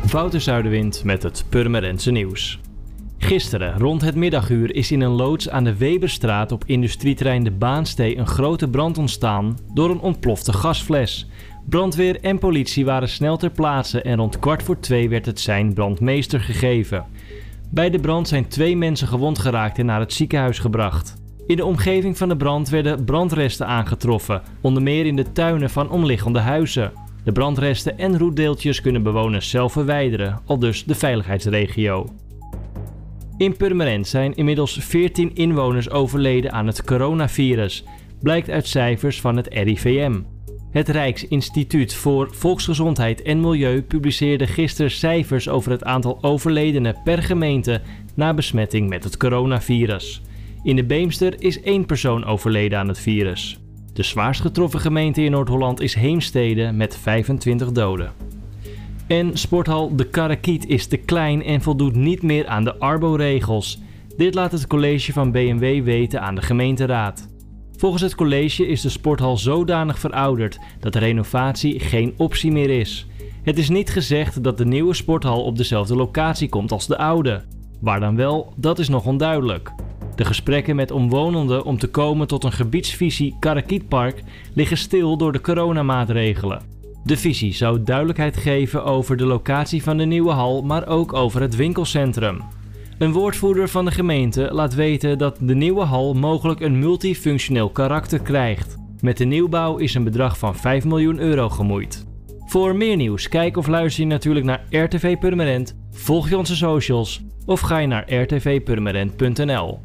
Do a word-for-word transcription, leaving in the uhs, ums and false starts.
Wouter Zuiderwind met het Purmerendse nieuws. Gisteren, rond het middaguur, is in een loods aan de Weberstraat op industrieterrein De Baanstee een grote brand ontstaan door een ontplofte gasfles. Brandweer en politie waren snel ter plaatse en rond kwart voor twee werd het sein brandmeester gegeven. Bij de brand zijn twee mensen gewond geraakt en naar het ziekenhuis gebracht. In de omgeving van de brand werden brandresten aangetroffen, onder meer in de tuinen van omliggende huizen. De brandresten en roetdeeltjes kunnen bewoners zelf verwijderen, aldus de veiligheidsregio. In Purmerend zijn inmiddels veertien inwoners overleden aan het coronavirus, blijkt uit cijfers van het R I V M. Het Rijksinstituut voor Volksgezondheid en Milieu publiceerde gisteren cijfers over het aantal overledenen per gemeente na besmetting met het coronavirus. In de Beemster is één persoon overleden aan het virus. De zwaarst getroffen gemeente in Noord-Holland is Heemstede met vijfentwintig doden. En sporthal De Karakiet is te klein en voldoet niet meer aan de Arbo-regels. Dit laat het college van B M W weten aan de gemeenteraad. Volgens het college is de sporthal zodanig verouderd dat de renovatie geen optie meer is. Het is niet gezegd dat de nieuwe sporthal op dezelfde locatie komt als de oude. Waar dan wel, dat is nog onduidelijk. De gesprekken met omwonenden om te komen tot een gebiedsvisie Karakietpark liggen stil door de coronamaatregelen. De visie zou duidelijkheid geven over de locatie van de nieuwe hal, maar ook over het winkelcentrum. Een woordvoerder van de gemeente laat weten dat de nieuwe hal mogelijk een multifunctioneel karakter krijgt. Met de nieuwbouw is een bedrag van vijf miljoen euro gemoeid. Voor meer nieuws, kijk of luister je natuurlijk naar R T V Purmerend, volg je onze socials of ga je naar r t v purmerend punt n l.